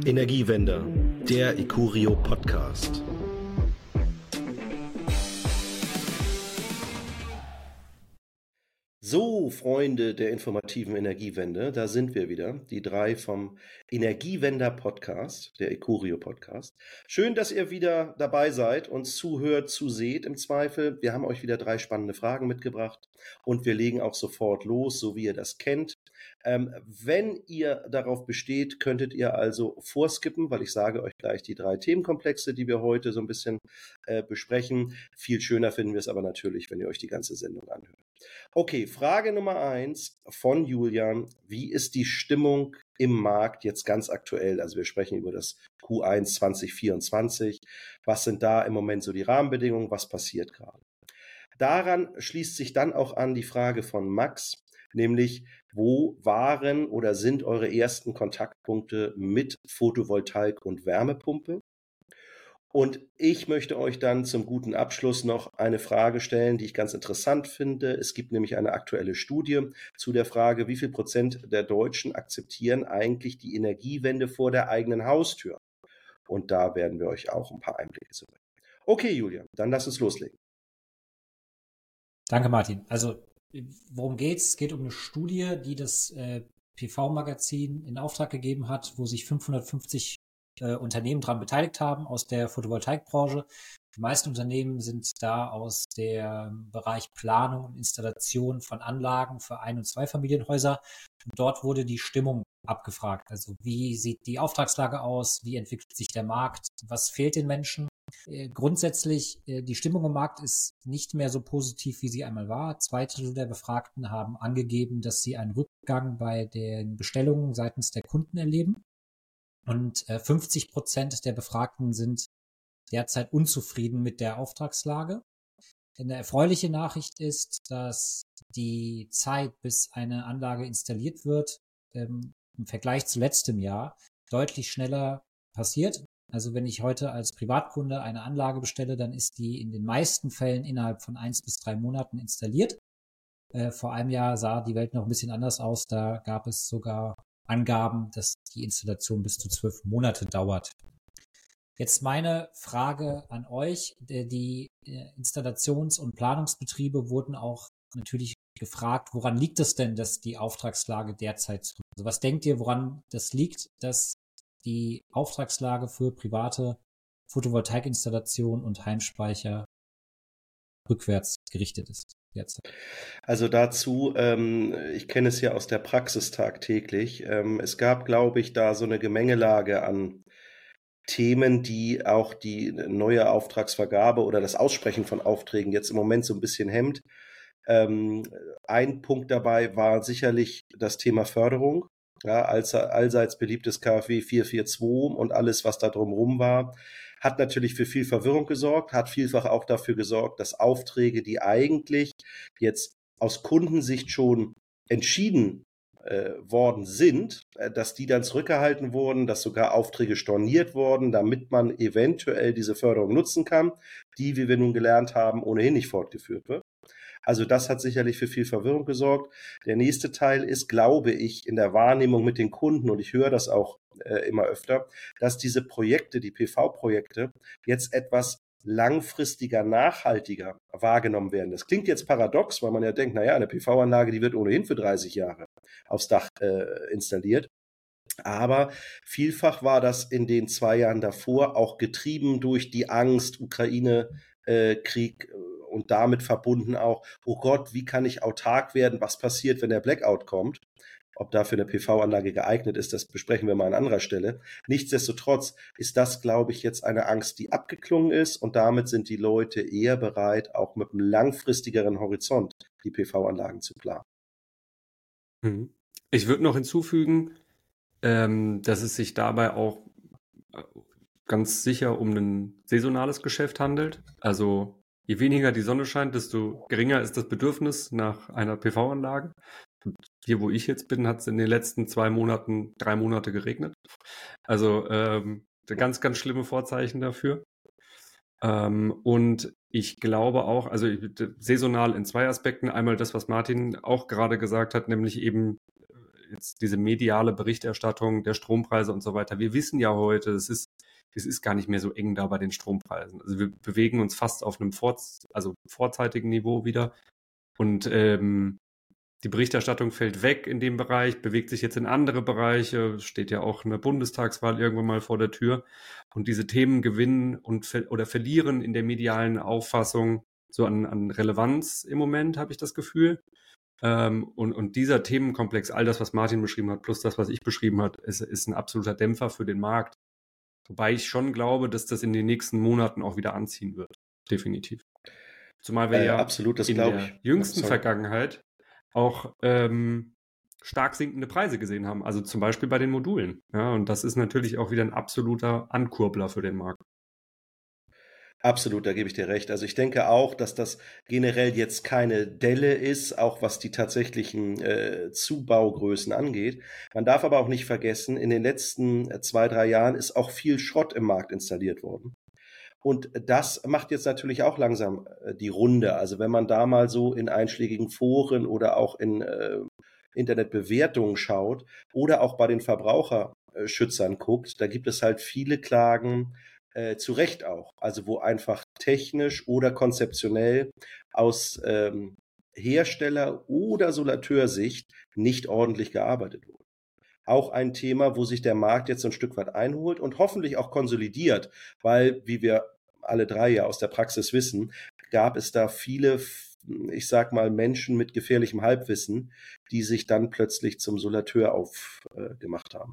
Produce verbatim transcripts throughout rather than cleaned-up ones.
Energiewende, der Ikurio Podcast. So, Freunde der informativen Energiewende, da sind wir wieder, die drei vom Energiewender Podcast, der Ikurio Podcast. Schön, dass ihr wieder dabei seid, uns zuhört, zuseht im Zweifel. Wir haben euch wieder drei spannende Fragen mitgebracht und wir legen auch sofort los, so wie ihr das kennt. Ähm, wenn ihr darauf besteht, könntet ihr also vorskippen, weil ich sage euch gleich die drei Themenkomplexe, die wir heute so ein bisschen äh, besprechen. Viel schöner finden wir es aber natürlich, wenn ihr euch die ganze Sendung anhört. Okay, Frage Nummer eins von Julian. Wie ist die Stimmung im Markt jetzt ganz aktuell? Also wir sprechen über das Q eins zwanzig vierundzwanzig. Was sind da im Moment so die Rahmenbedingungen? Was passiert gerade? Daran schließt sich dann auch an die Frage von Max, nämlich wo waren oder sind eure ersten Kontaktpunkte mit Photovoltaik und Wärmepumpe? Und ich möchte euch dann zum guten Abschluss noch eine Frage stellen, die ich ganz interessant finde. Es gibt nämlich eine aktuelle Studie zu der Frage, wie viel Prozent der Deutschen akzeptieren eigentlich die Energiewende vor der eigenen Haustür? Und da werden wir euch auch ein paar Einblicke zu bringen. Okay, Julia, dann lass uns loslegen. Danke, Martin. Also, worum geht's? Es geht um eine Studie, die das äh, P V-Magazin in Auftrag gegeben hat, wo sich fünfhundertfünfzig äh, Unternehmen daran beteiligt haben aus der Photovoltaikbranche. Die meisten Unternehmen sind da aus dem Bereich Planung und Installation von Anlagen für Ein- und Zweifamilienhäuser. Und dort wurde die Stimmung abgefragt. Also wie sieht die Auftragslage aus? Wie entwickelt sich der Markt? Was fehlt den Menschen? Äh, grundsätzlich, äh, die Stimmung im Markt ist nicht mehr so positiv, wie sie einmal war. Zwei Drittel der Befragten haben angegeben, dass sie einen Rückgang bei den Bestellungen seitens der Kunden erleben. Und äh, fünfzig Prozent der Befragten sind derzeit unzufrieden mit der Auftragslage. Eine erfreuliche Nachricht ist, dass die Zeit, bis eine Anlage installiert wird, ähm, im Vergleich zu letztem Jahr deutlich schneller passiert. Also wenn ich heute als Privatkunde eine Anlage bestelle, dann ist die in den meisten Fällen innerhalb von eins bis drei Monaten installiert. Äh, vor einem Jahr sah die Welt noch ein bisschen anders aus. Da gab es sogar Angaben, dass die Installation bis zu zwölf Monate dauert. Jetzt meine Frage an euch. Die Installations- und Planungsbetriebe wurden auch natürlich gefragt, woran liegt es denn, dass die Auftragslage derzeit zurück? Also was denkt ihr, woran das liegt, dass die Auftragslage für private Photovoltaikinstallation und Heimspeicher rückwärts gerichtet ist derzeit? Also dazu, ähm, ich kenne es ja aus der Praxis tagtäglich. Ähm, es gab, glaube ich, da so eine Gemengelage an Themen, die auch die neue Auftragsvergabe oder das Aussprechen von Aufträgen jetzt im Moment so ein bisschen hemmt. Ähm, ein Punkt dabei war sicherlich das Thema Förderung. Ja, als, allseits beliebtes K f W vierhundertzweiundvierzig und alles, was da drumherum war, hat natürlich für viel Verwirrung gesorgt, hat vielfach auch dafür gesorgt, dass Aufträge, die eigentlich jetzt aus Kundensicht schon entschieden äh, worden sind, äh, dass die dann zurückgehalten wurden, dass sogar Aufträge storniert wurden, damit man eventuell diese Förderung nutzen kann, die, wie wir nun gelernt haben, ohnehin nicht fortgeführt wird. Also das hat sicherlich für viel Verwirrung gesorgt. Der nächste Teil ist, glaube ich, in der Wahrnehmung mit den Kunden, und ich höre das auch äh, immer öfter, dass diese Projekte, die P V-Projekte, jetzt etwas langfristiger, nachhaltiger wahrgenommen werden. Das klingt jetzt paradox, weil man ja denkt, naja, eine P V-Anlage, die wird ohnehin für dreißig Jahre aufs Dach äh, installiert. Aber vielfach war das in den zwei Jahren davor auch getrieben durch die Angst, Ukraine-Krieg, äh, und damit verbunden auch, oh Gott, wie kann ich autark werden? Was passiert, wenn der Blackout kommt? Ob dafür eine P V-Anlage geeignet ist, das besprechen wir mal an anderer Stelle. Nichtsdestotrotz ist das, glaube ich, jetzt eine Angst, die abgeklungen ist, und damit sind die Leute eher bereit, auch mit einem langfristigeren Horizont die P V-Anlagen zu planen. Ich würde noch hinzufügen, ähm, dass es sich dabei auch ganz sicher um ein saisonales Geschäft handelt. Also je weniger die Sonne scheint, desto geringer ist das Bedürfnis nach einer P V-Anlage. Hier, wo ich jetzt bin, hat es in den letzten zwei Monaten drei Monate geregnet. Also ähm, ganz, ganz schlimme Vorzeichen dafür. Ähm, und ich glaube auch, also saisonal in zwei Aspekten. Einmal das, was Martin auch gerade gesagt hat, nämlich eben jetzt diese mediale Berichterstattung der Strompreise und so weiter. Wir wissen ja heute, es ist, es ist gar nicht mehr so eng da bei den Strompreisen. Also wir bewegen uns fast auf einem vor, also vorzeitigen Niveau wieder. Und ähm, die Berichterstattung fällt weg in dem Bereich, bewegt sich jetzt in andere Bereiche, steht ja auch eine Bundestagswahl irgendwann mal vor der Tür. Und diese Themen gewinnen und ver- oder verlieren in der medialen Auffassung so an, an Relevanz im Moment, habe ich das Gefühl. Ähm, und, und dieser Themenkomplex, all das, was Martin beschrieben hat, plus das, was ich beschrieben habe, ist, ist ein absoluter Dämpfer für den Markt. Wobei ich schon glaube, dass das in den nächsten Monaten auch wieder anziehen wird. Definitiv. Zumal wir Äh, ja absolut, das in glaube der ich. jüngsten Sorry. Vergangenheit auch ähm, stark sinkende Preise gesehen haben. Also zum Beispiel bei den Modulen. Ja, und das ist natürlich auch wieder ein absoluter Ankurbler für den Markt. Absolut, da gebe ich dir recht. Also ich denke auch, dass das generell jetzt keine Delle ist, auch was die tatsächlichen äh, Zubaugrößen angeht. Man darf aber auch nicht vergessen, in den letzten äh, zwei, drei Jahren ist auch viel Schrott im Markt installiert worden. Und das macht jetzt natürlich auch langsam äh, die Runde. Also wenn man da mal so in einschlägigen Foren oder auch in äh, Internetbewertungen schaut oder auch bei den Verbraucherschützern guckt, da gibt es halt viele Klagen, äh, zu Recht auch. Also wo einfach technisch oder konzeptionell aus ähm, Hersteller- oder Solateursicht nicht ordentlich gearbeitet wurde. Auch ein Thema, wo sich der Markt jetzt so ein Stück weit einholt und hoffentlich auch konsolidiert, weil, wie wir alle drei ja aus der Praxis wissen, gab es da viele, ich sag mal, Menschen mit gefährlichem Halbwissen, die sich dann plötzlich zum Solateur aufgemacht äh, haben.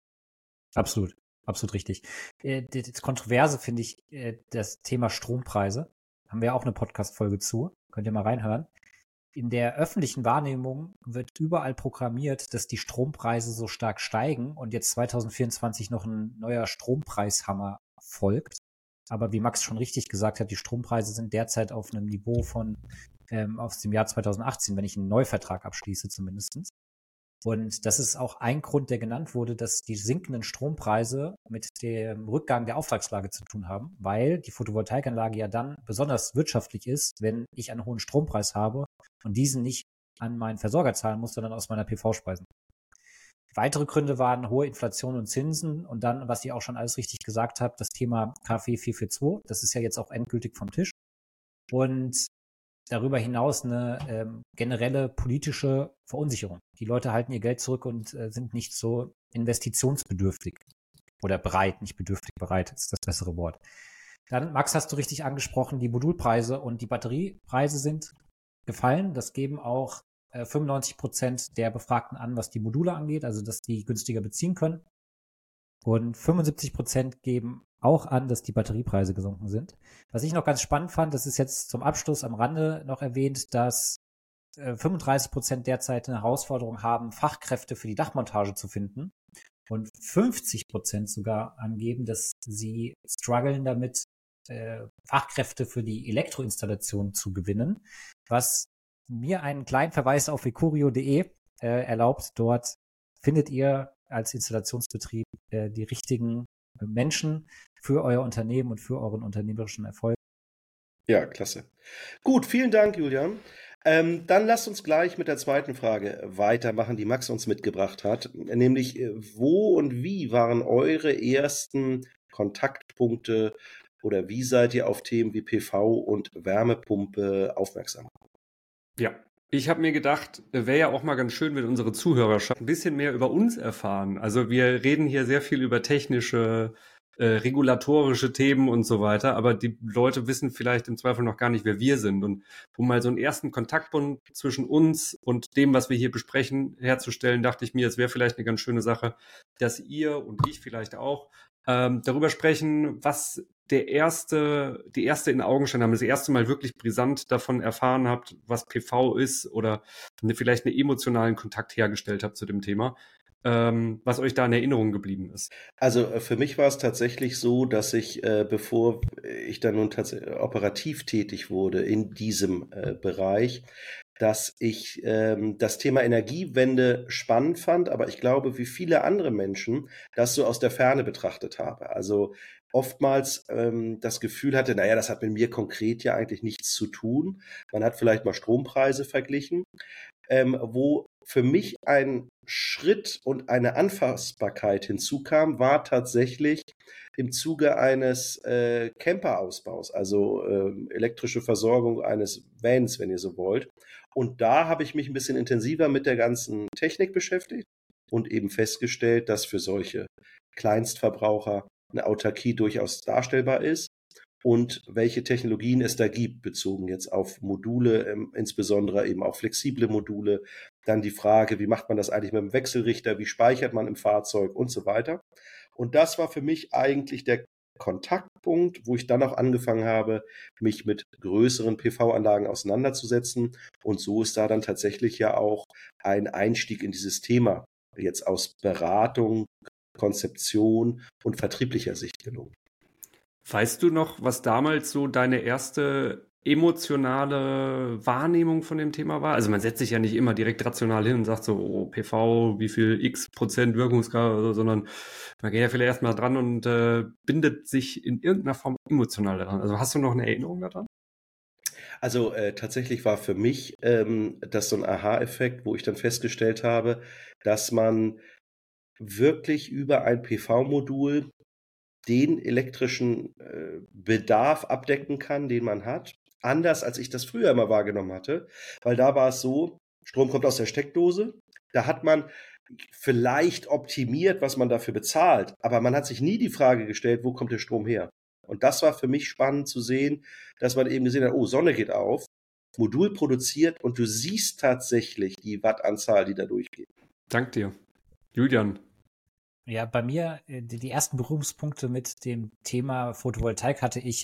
Absolut, absolut richtig. Äh, das Kontroverse finde ich äh, das Thema Strompreise. Haben wir auch eine Podcast-Folge zu. Könnt ihr mal reinhören. In der öffentlichen Wahrnehmung wird überall programmiert, dass die Strompreise so stark steigen und jetzt zwanzig vierundzwanzig noch ein neuer Strompreishammer folgt. Aber wie Max schon richtig gesagt hat, die Strompreise sind derzeit auf einem Niveau von ähm, aus dem Jahr zwanzig achtzehn, wenn ich einen Neuvertrag abschließe zumindest. Und das ist auch ein Grund, der genannt wurde, dass die sinkenden Strompreise mit dem Rückgang der Auftragslage zu tun haben, weil die Photovoltaikanlage ja dann besonders wirtschaftlich ist, wenn ich einen hohen Strompreis habe und diesen nicht an meinen Versorger zahlen muss, sondern aus meiner P V speisen. Weitere Gründe waren hohe Inflation und Zinsen und dann, was ihr auch schon alles richtig gesagt habt, das Thema K f W vier vier zwei, das ist ja jetzt auch endgültig vom Tisch. Und darüber hinaus eine ähm, generelle politische Verunsicherung. Die Leute halten ihr Geld zurück und äh, sind nicht so investitionsbedürftig oder bereit, nicht bedürftig, bereit ist das bessere Wort. Dann, Max, hast du richtig angesprochen, die Modulpreise und die Batteriepreise sind gefallen. Das geben auch äh, fünfundneunzig Prozent der Befragten an, was die Module angeht, also dass die günstiger beziehen können. Und fünfundsiebzig Prozent geben auch an, dass die Batteriepreise gesunken sind. Was ich noch ganz spannend fand, das ist jetzt zum Abschluss am Rande noch erwähnt, dass äh, fünfunddreißig Prozent derzeit eine Herausforderung haben, Fachkräfte für die Dachmontage zu finden. Und fünfzig Prozent sogar angeben, dass sie strugglen damit, äh, Fachkräfte für die Elektroinstallation zu gewinnen, was mir einen kleinen Verweis auf ecurio punkt de äh, erlaubt. Dort findet ihr als Installationsbetrieb äh, die richtigen Menschen für euer Unternehmen und für euren unternehmerischen Erfolg. Ja, klasse. Gut, vielen Dank, Julian. Ähm, dann lasst uns gleich mit der zweiten Frage weitermachen, die Max uns mitgebracht hat, nämlich wo und wie waren eure ersten Kontaktpunkte oder wie seid ihr auf Themen wie P V und Wärmepumpe aufmerksam? Ja, ich habe mir gedacht, wäre ja auch mal ganz schön, wenn unsere Zuhörerschaft ein bisschen mehr über uns erfahren. Also wir reden hier sehr viel über technische, äh, regulatorische Themen und so weiter, aber die Leute wissen vielleicht im Zweifel noch gar nicht, wer wir sind. Und um mal so einen ersten Kontaktpunkt zwischen uns und dem, was wir hier besprechen, herzustellen, dachte ich mir, es wäre vielleicht eine ganz schöne Sache, dass ihr und ich vielleicht auch ähm, darüber sprechen, was der erste, die erste in Augenschein haben, das erste Mal wirklich brisant davon erfahren habt, was P V ist oder eine, vielleicht einen emotionalen Kontakt hergestellt habt zu dem Thema, ähm, was euch da in Erinnerung geblieben ist. Also für mich war es tatsächlich so, dass ich, äh, bevor ich dann nun tatsächlich operativ tätig wurde in diesem äh, Bereich, dass ich ähm, das Thema Energiewende spannend fand, aber ich glaube, wie viele andere Menschen das so aus der Ferne betrachtet habe. Also oftmals ähm, das Gefühl hatte, naja, das hat mit mir konkret ja eigentlich nichts zu tun. Man hat vielleicht mal Strompreise verglichen, ähm, wo für mich ein Schritt und eine Anfassbarkeit hinzukam, war tatsächlich im Zuge eines äh, Camperausbaus, also äh, elektrische Versorgung eines Vans, wenn ihr so wollt. Und da habe ich mich ein bisschen intensiver mit der ganzen Technik beschäftigt und eben festgestellt, dass für solche Kleinstverbraucher eine Autarkie durchaus darstellbar ist und welche Technologien es da gibt, bezogen jetzt auf Module, ähm, insbesondere eben auch flexible Module. Dann die Frage, wie macht man das eigentlich mit dem Wechselrichter, wie speichert man im Fahrzeug und so weiter. Und das war für mich eigentlich der Kontaktpunkt, wo ich dann auch angefangen habe, mich mit größeren P V-Anlagen auseinanderzusetzen. Und so ist da dann tatsächlich ja auch ein Einstieg in dieses Thema jetzt aus Beratung, Konzeption und vertrieblicher Sicht gelungen. Weißt du noch, was damals so deine erste emotionale Wahrnehmung von dem Thema war? Also man setzt sich ja nicht immer direkt rational hin und sagt so, oh, P V, wie viel X Prozent Wirkungsgrad oder so, sondern man geht ja vielleicht erstmal dran und äh, bindet sich in irgendeiner Form emotional daran. Also hast du noch eine Erinnerung daran? Also äh, tatsächlich war für mich ähm, das so ein Aha-Effekt, wo ich dann festgestellt habe, dass man wirklich über ein P V-Modul den elektrischen äh, Bedarf abdecken kann, den man hat. Anders als ich das früher immer wahrgenommen hatte, weil da war es so, Strom kommt aus der Steckdose, da hat man vielleicht optimiert, was man dafür bezahlt, aber man hat sich nie die Frage gestellt, wo kommt der Strom her? Und das war für mich spannend zu sehen, dass man eben gesehen hat, oh, Sonne geht auf, Modul produziert und du siehst tatsächlich die Wattanzahl, die da durchgeht. Dank dir. Julian. Ja, bei mir, äh, die, die ersten Berührungspunkte mit dem Thema Photovoltaik hatte ich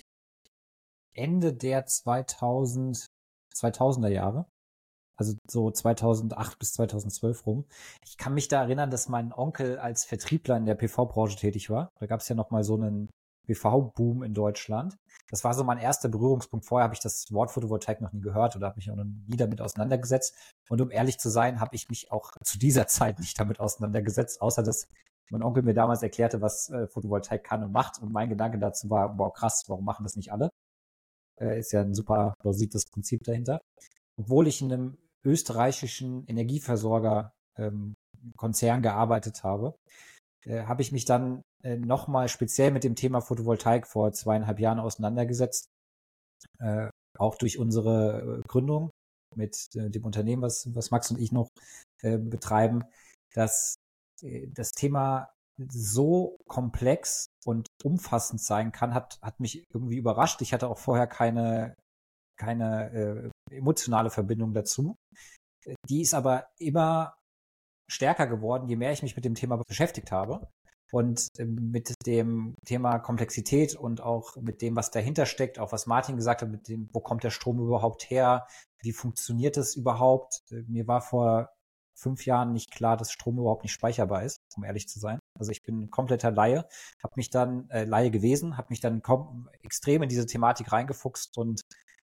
Ende der zweitausend, zweitausender Jahre. Also so zweitausendacht bis zweitausendzwölf rum. Ich kann mich da erinnern, dass mein Onkel als Vertriebler in der P V-Branche tätig war. Da gab es ja noch mal so einen P V-Boom in Deutschland. Das war so mein erster Berührungspunkt. Vorher habe ich das Wort Photovoltaik noch nie gehört oder habe mich auch noch nie damit auseinandergesetzt. Und um ehrlich zu sein, habe ich mich auch zu dieser Zeit nicht damit auseinandergesetzt, außer dass mein Onkel mir damals erklärte, was äh, Photovoltaik kann und macht. Und mein Gedanke dazu war, wow, krass, warum machen das nicht alle? Äh, ist ja ein super plausibles Prinzip dahinter. Obwohl ich in einem österreichischen Energieversorger ähm, Konzern gearbeitet habe, äh, habe ich mich dann äh, nochmal speziell mit dem Thema Photovoltaik vor zweieinhalb Jahren auseinandergesetzt. Äh, auch durch unsere Gründung mit äh, dem Unternehmen, was, was Max und ich noch äh, betreiben, dass äh, das Thema so komplex und umfassend sein kann, hat, hat mich irgendwie überrascht. Ich hatte auch vorher keine, keine äh, emotionale Verbindung dazu. Die ist aber immer stärker geworden, je mehr ich mich mit dem Thema beschäftigt habe. Und äh, mit dem Thema Komplexität und auch mit dem, was dahinter steckt, auch was Martin gesagt hat, mit dem, wo kommt der Strom überhaupt her, wie funktioniert es überhaupt. Äh, mir war vor fünf Jahren nicht klar, dass Strom überhaupt nicht speicherbar ist, um ehrlich zu sein. Also ich bin ein kompletter Laie, habe mich dann, äh, Laie gewesen, habe mich dann kom- extrem in diese Thematik reingefuchst und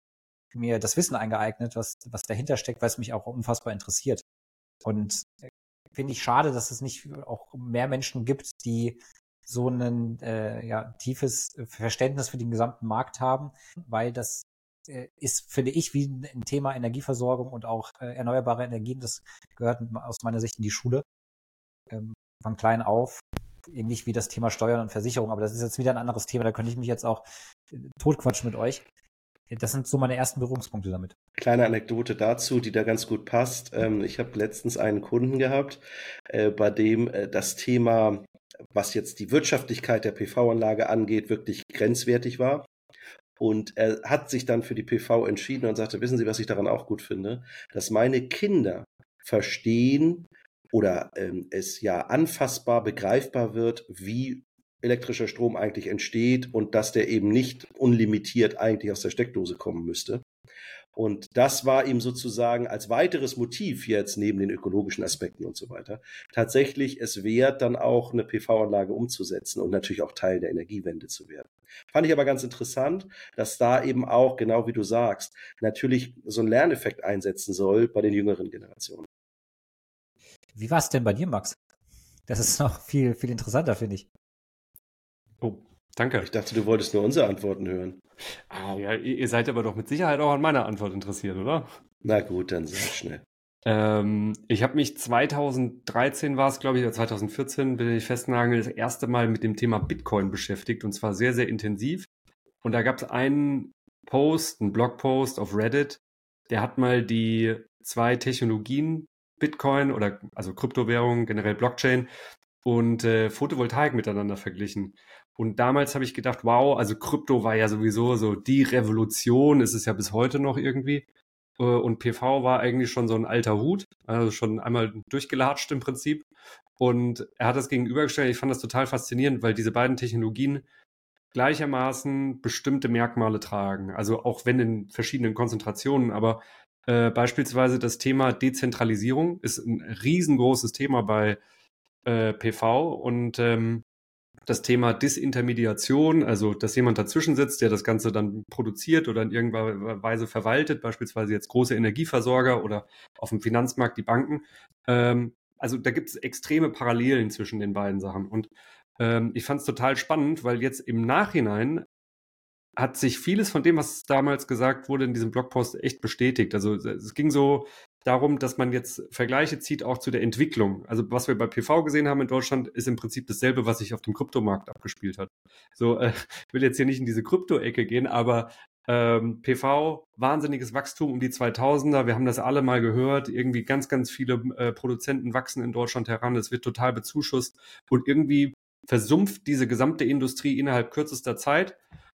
mir das Wissen eingeeignet, was, was dahinter steckt, weil es mich auch unfassbar interessiert. Und äh, finde ich schade, dass es nicht auch mehr Menschen gibt, die so ein äh, ja, tiefes Verständnis für den gesamten Markt haben, weil das äh, ist, finde ich, wie ein Thema Energieversorgung und auch äh, erneuerbare Energien, das gehört aus meiner Sicht in die Schule, ähm, von klein auf, ähnlich wie das Thema Steuern und Versicherung, aber das ist jetzt wieder ein anderes Thema, da könnte ich mich jetzt auch äh, totquatschen mit euch. Das sind so meine ersten Berührungspunkte damit. Kleine Anekdote dazu, die da ganz gut passt. Ähm, ich habe letztens einen Kunden gehabt, äh, bei dem äh, das Thema, was jetzt die Wirtschaftlichkeit der P V-Anlage angeht, wirklich grenzwertig war. Und er hat sich dann für die P V entschieden und sagte, wissen Sie, was ich daran auch gut finde? Dass meine Kinder verstehen oder ähm, es ja anfassbar, begreifbar wird, wie elektrischer Strom eigentlich entsteht und dass der eben nicht unlimitiert eigentlich aus der Steckdose kommen müsste. Und das war ihm sozusagen als weiteres Motiv jetzt neben den ökologischen Aspekten und so weiter tatsächlich es wert, dann auch eine P V-Anlage umzusetzen und natürlich auch Teil der Energiewende zu werden. Fand ich aber ganz interessant, dass da eben auch, genau wie du sagst, natürlich so ein Lerneffekt einsetzen soll bei den jüngeren Generationen. Wie war es denn bei dir, Max? Das ist noch viel, viel interessanter, finde ich. Oh, danke. Ich dachte, du wolltest nur unsere Antworten hören. Ah, ja, ihr seid aber doch mit Sicherheit auch an meiner Antwort interessiert, oder? Na gut, dann sag schnell. Ähm, ich habe mich zweitausenddreizehn war es, glaube ich, oder zweitausendvierzehn, bin ich festnageln, das erste Mal mit dem Thema Bitcoin beschäftigt und zwar sehr, sehr intensiv. Und da gab es einen Post, einen Blogpost auf Reddit, der hat mal die zwei Technologien, Bitcoin oder also Kryptowährungen, generell Blockchain und äh, Photovoltaik miteinander verglichen. Und damals habe ich gedacht, wow, also Krypto war ja sowieso so die Revolution, ist es ja bis heute noch irgendwie. Äh, Und P V war eigentlich schon so ein alter Hut, also schon einmal durchgelatscht im Prinzip. Und er hat das gegenübergestellt. Ich fand das total faszinierend, weil diese beiden Technologien gleichermaßen bestimmte Merkmale tragen. Also auch wenn in verschiedenen Konzentrationen, aber äh, beispielsweise das Thema Dezentralisierung ist ein riesengroßes Thema bei äh, P V und ähm, das Thema Disintermediation, also dass jemand dazwischen sitzt, der das Ganze dann produziert oder in irgendeiner Weise verwaltet, beispielsweise jetzt große Energieversorger oder auf dem Finanzmarkt die Banken. Ähm, also da gibt es extreme Parallelen zwischen den beiden Sachen. Und ähm, ich fand es total spannend, weil jetzt im Nachhinein hat sich vieles von dem, was damals gesagt wurde in diesem Blogpost, echt bestätigt. Also es ging so darum, dass man jetzt Vergleiche zieht auch zu der Entwicklung. Also was wir bei P V gesehen haben in Deutschland, ist im Prinzip dasselbe, was sich auf dem Kryptomarkt abgespielt hat. So, äh, ich will jetzt hier nicht in diese Krypto-Ecke gehen, aber ähm, P V, wahnsinniges Wachstum um die zweitausender. Wir haben das alle mal gehört. Irgendwie ganz, ganz viele äh, Produzenten wachsen in Deutschland heran. Es wird total bezuschusst und irgendwie versumpft diese gesamte Industrie innerhalb kürzester Zeit.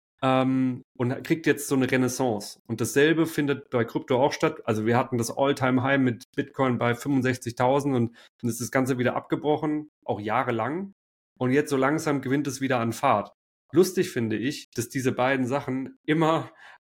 Ähm, und kriegt jetzt so eine Renaissance. Und dasselbe findet bei Krypto auch statt. Also wir hatten das All-Time-High mit Bitcoin bei fünfundsechzigtausend und dann ist das Ganze wieder abgebrochen, auch jahrelang. Und jetzt so langsam gewinnt es wieder an Fahrt. Lustig finde ich, dass diese beiden Sachen immer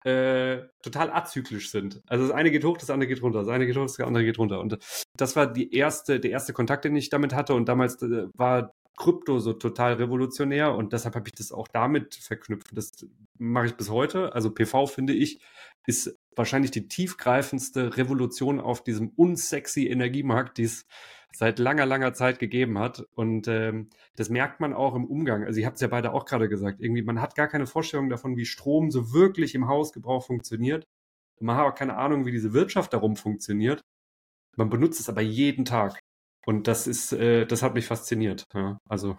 äh, total azyklisch sind. Also das eine geht hoch, das andere geht runter, das eine geht hoch, das andere geht runter. Und das war die erste, der erste Kontakt, den ich damit hatte. Und damals äh, war Krypto so total revolutionär und deshalb habe ich das auch damit verknüpft. Das mache ich bis heute. Also P V, finde ich, ist wahrscheinlich die tiefgreifendste Revolution auf diesem unsexy Energiemarkt, die es seit langer, langer Zeit gegeben hat. Und ähm, das merkt man auch im Umgang. Also ihr habt es ja beide auch gerade gesagt. Irgendwie, man hat gar keine Vorstellung davon, wie Strom so wirklich im Hausgebrauch funktioniert. Man hat auch keine Ahnung, wie diese Wirtschaft darum funktioniert. Man benutzt es aber jeden Tag. Und das ist, äh, das hat mich fasziniert. Ja, also.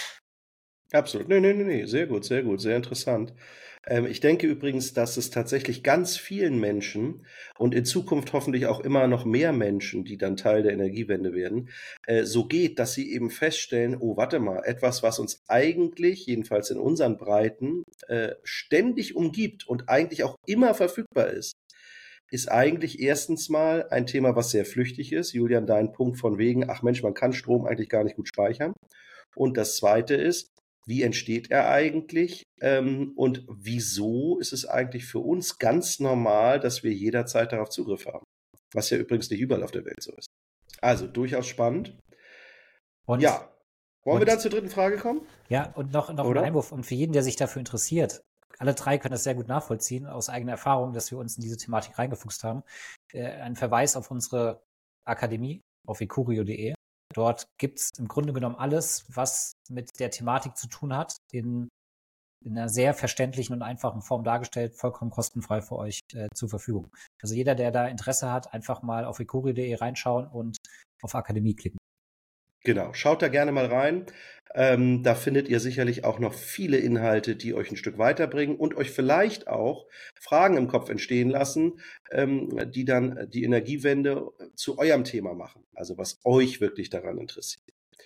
Absolut. Nee, nee, nee, nee. Sehr gut, sehr gut, sehr interessant. Ähm, ich denke übrigens, dass es tatsächlich ganz vielen Menschen und in Zukunft hoffentlich auch immer noch mehr Menschen, die dann Teil der Energiewende werden, äh, so geht, dass sie eben feststellen, oh, warte mal, etwas, was uns eigentlich, jedenfalls in unseren Breiten, äh, ständig umgibt und eigentlich auch immer verfügbar ist, ist eigentlich erstens mal ein Thema, was sehr flüchtig ist. Julian, dein Punkt von wegen, ach Mensch, man kann Strom eigentlich gar nicht gut speichern. Und das Zweite ist, wie entsteht er eigentlich? Ähm, und wieso ist es eigentlich für uns ganz normal, dass wir jederzeit darauf Zugriff haben? Was ja übrigens nicht überall auf der Welt so ist. Also durchaus spannend. Und, ja, wollen wir und dann zur dritten Frage kommen? ja, und noch, noch ein Oder? Einwurf. Und für jeden, der sich dafür interessiert, alle drei können das sehr gut nachvollziehen, aus eigener Erfahrung, dass wir uns in diese Thematik reingefuchst haben. Äh, ein Verweis auf unsere Akademie auf ecurio punkt de. Dort gibt's im Grunde genommen alles, was mit der Thematik zu tun hat, in, in einer sehr verständlichen und einfachen Form dargestellt, vollkommen kostenfrei für euch äh, zur Verfügung. Also jeder, der da Interesse hat, einfach mal auf ecurio punkt de reinschauen und auf Akademie klicken. Genau, schaut da gerne mal rein. Ähm, da findet ihr sicherlich auch noch viele Inhalte, die euch ein Stück weiterbringen und euch vielleicht auch Fragen im Kopf entstehen lassen, ähm, die dann die Energiewende zu eurem Thema machen. Also was euch wirklich daran interessiert.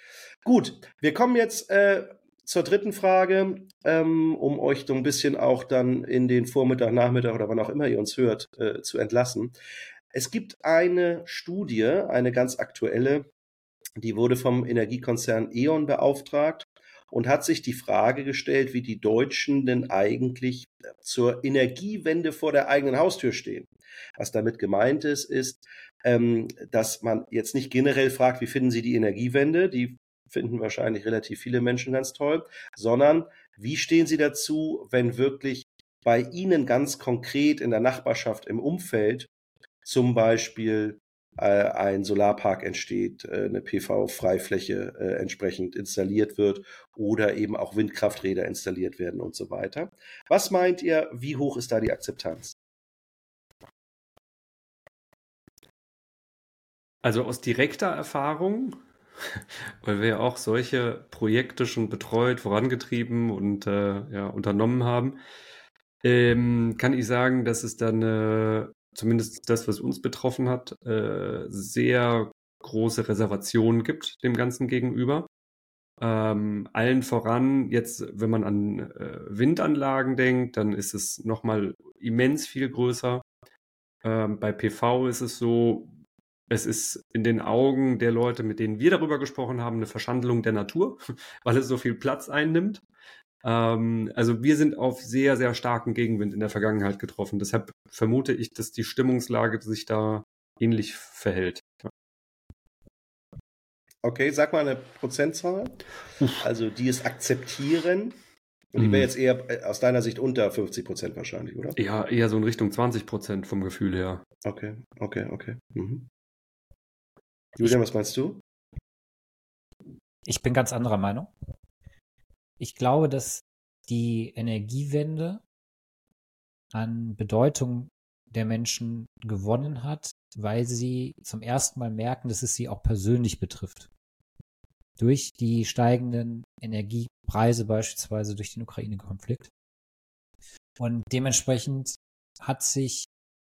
Gut, wir kommen jetzt äh, zur dritten Frage, ähm, um euch so ein bisschen auch dann in den Vormittag, Nachmittag oder wann auch immer ihr uns hört, äh, zu entlassen. Es gibt eine Studie, eine ganz aktuelle, die wurde vom Energiekonzern E.ON beauftragt und hat sich die Frage gestellt, wie die Deutschen denn eigentlich zur Energiewende vor der eigenen Haustür stehen. Was damit gemeint ist, ist, ähm, dass man jetzt nicht generell fragt, wie finden Sie die Energiewende? Die finden wahrscheinlich relativ viele Menschen ganz toll, sondern wie stehen Sie dazu, wenn wirklich bei Ihnen ganz konkret in der Nachbarschaft, im Umfeld zum Beispiel ein Solarpark entsteht, eine P V-Freifläche äh, entsprechend installiert wird oder eben auch Windkrafträder installiert werden und so weiter. Was meint ihr, wie hoch ist da die Akzeptanz? Also aus direkter Erfahrung, weil wir ja auch solche Projekte schon betreut, vorangetrieben und äh, ja, unternommen haben, ähm, kann ich sagen, dass es dann, äh, zumindest das, was uns betroffen hat, äh, sehr große Reservationen gibt dem Ganzen gegenüber. Ähm, allen voran, jetzt, wenn man an äh, Windanlagen denkt, dann ist es nochmal immens viel größer. Ähm, bei P V ist es so, es ist in den Augen der Leute, mit denen wir darüber gesprochen haben, eine Verschandelung der Natur, weil es so viel Platz einnimmt. Ähm, also wir sind auf sehr, sehr starken Gegenwind in der Vergangenheit getroffen. Deshalb vermute ich, dass die Stimmungslage sich da ähnlich verhält. Okay, sag mal eine Prozentzahl. Uff. Also die es akzeptieren. Und die wäre jetzt eher aus deiner Sicht unter fünfzig Prozent wahrscheinlich, oder? Ja, eher so in Richtung zwanzig Prozent vom Gefühl her. Okay, okay, okay. Mhm. Julian, was meinst du? Ich bin ganz anderer Meinung. Ich glaube, dass die Energiewende an Bedeutung der Menschen gewonnen hat, weil sie zum ersten Mal merken, dass es sie auch persönlich betrifft. Durch die steigenden Energiepreise, beispielsweise durch den Ukraine-Konflikt. Und dementsprechend hat sich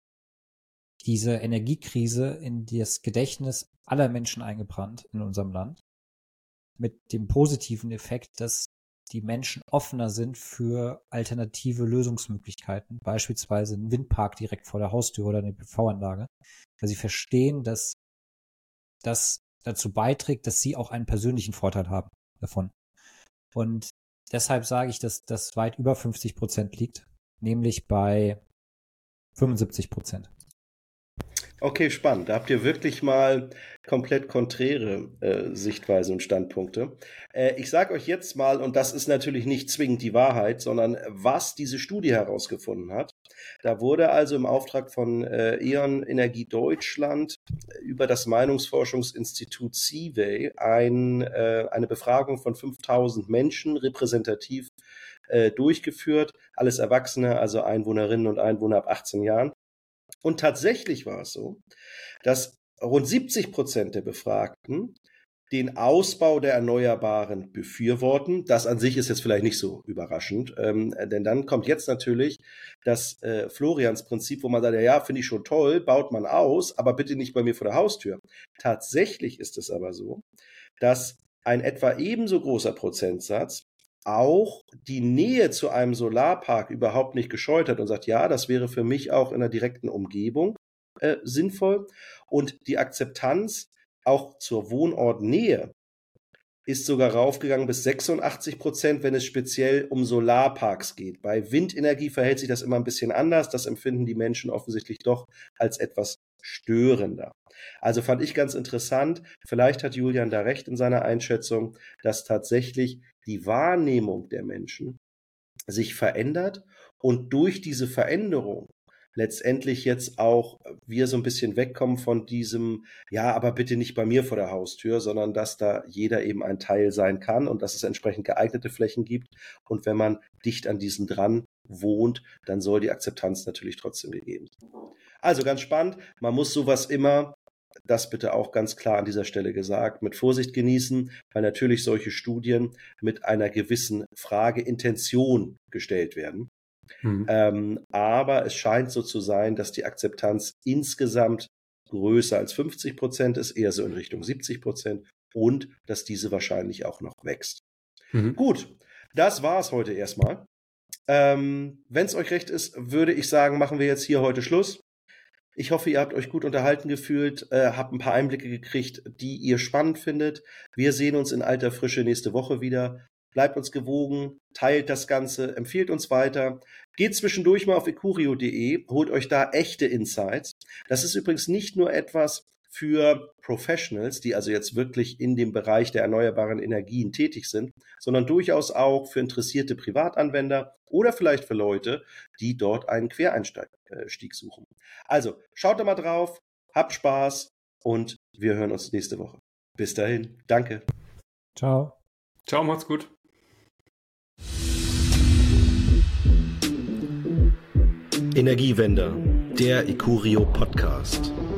diese Energiekrise in das Gedächtnis aller Menschen eingebrannt in unserem Land. Mit dem positiven Effekt, dass die Menschen offener sind für alternative Lösungsmöglichkeiten, beispielsweise einen Windpark direkt vor der Haustür oder eine P V-Anlage, weil sie verstehen, dass das dazu beiträgt, dass sie auch einen persönlichen Vorteil haben davon. Und deshalb sage ich, dass das weit über fünfzig Prozent liegt, nämlich bei fünfundsiebzig Prozent. Okay, spannend. Da habt ihr wirklich mal komplett konträre äh, Sichtweisen und Standpunkte. Äh, ich sage euch jetzt mal, und das ist natürlich nicht zwingend die Wahrheit, sondern was diese Studie herausgefunden hat. Da wurde also im Auftrag von äh, E.ON Energie Deutschland über das Meinungsforschungsinstitut Seaway ein, äh, eine Befragung von fünftausend Menschen repräsentativ äh, durchgeführt. Alles Erwachsene, also Einwohnerinnen und Einwohner ab achtzehn Jahren. Und tatsächlich war es so, dass rund siebzig Prozent der Befragten den Ausbau der Erneuerbaren befürworten. Das an sich ist jetzt vielleicht nicht so überraschend, ähm, denn dann kommt jetzt natürlich das äh, Florians-Prinzip, wo man sagt, ja, finde ich schon toll, baut man aus, aber bitte nicht bei mir vor der Haustür. Tatsächlich ist es aber so, dass ein etwa ebenso großer Prozentsatz auch die Nähe zu einem Solarpark überhaupt nicht gescheut hat und sagt, ja, das wäre für mich auch in der direkten Umgebung äh, sinnvoll. Und die Akzeptanz auch zur Wohnortnähe ist sogar raufgegangen bis sechsundachtzig Prozent, wenn es speziell um Solarparks geht. Bei Windenergie verhält sich das immer ein bisschen anders. Das empfinden die Menschen offensichtlich doch als etwas störender. Also fand ich ganz interessant, vielleicht hat Julian da recht in seiner Einschätzung, dass tatsächlich die Wahrnehmung der Menschen sich verändert und durch diese Veränderung letztendlich jetzt auch wir so ein bisschen wegkommen von diesem, ja, aber bitte nicht bei mir vor der Haustür, sondern dass da jeder eben ein Teil sein kann und dass es entsprechend geeignete Flächen gibt. Und wenn man dicht an diesen dran wohnt, dann soll die Akzeptanz natürlich trotzdem gegeben sein. Also ganz spannend, man muss sowas immer, das bitte auch ganz klar an dieser Stelle gesagt, mit Vorsicht genießen, weil natürlich solche Studien mit einer gewissen Frageintention gestellt werden. Mhm. Ähm, aber es scheint so zu sein, dass die Akzeptanz insgesamt größer als fünfzig Prozent ist, eher so in Richtung siebzig Prozent und dass diese wahrscheinlich auch noch wächst. Mhm. Gut, das war es heute erstmal. Ähm, wenn es euch recht ist, würde ich sagen, machen wir jetzt hier heute Schluss. Ich hoffe, ihr habt euch gut unterhalten gefühlt, äh, habt ein paar Einblicke gekriegt, die ihr spannend findet. Wir sehen uns in alter Frische nächste Woche wieder. Bleibt uns gewogen, teilt das Ganze, empfiehlt uns weiter. Geht zwischendurch mal auf ecurio punkt de, holt euch da echte Insights. Das ist übrigens nicht nur etwas für Professionals, die also jetzt wirklich in dem Bereich der erneuerbaren Energien tätig sind, sondern durchaus auch für interessierte Privatanwender oder vielleicht für Leute, die dort einen Quereinstieg suchen. Also schaut da mal drauf, habt Spaß und wir hören uns nächste Woche. Bis dahin, danke. Ciao. Ciao, macht's gut. Energiewende, der Ecurio Podcast.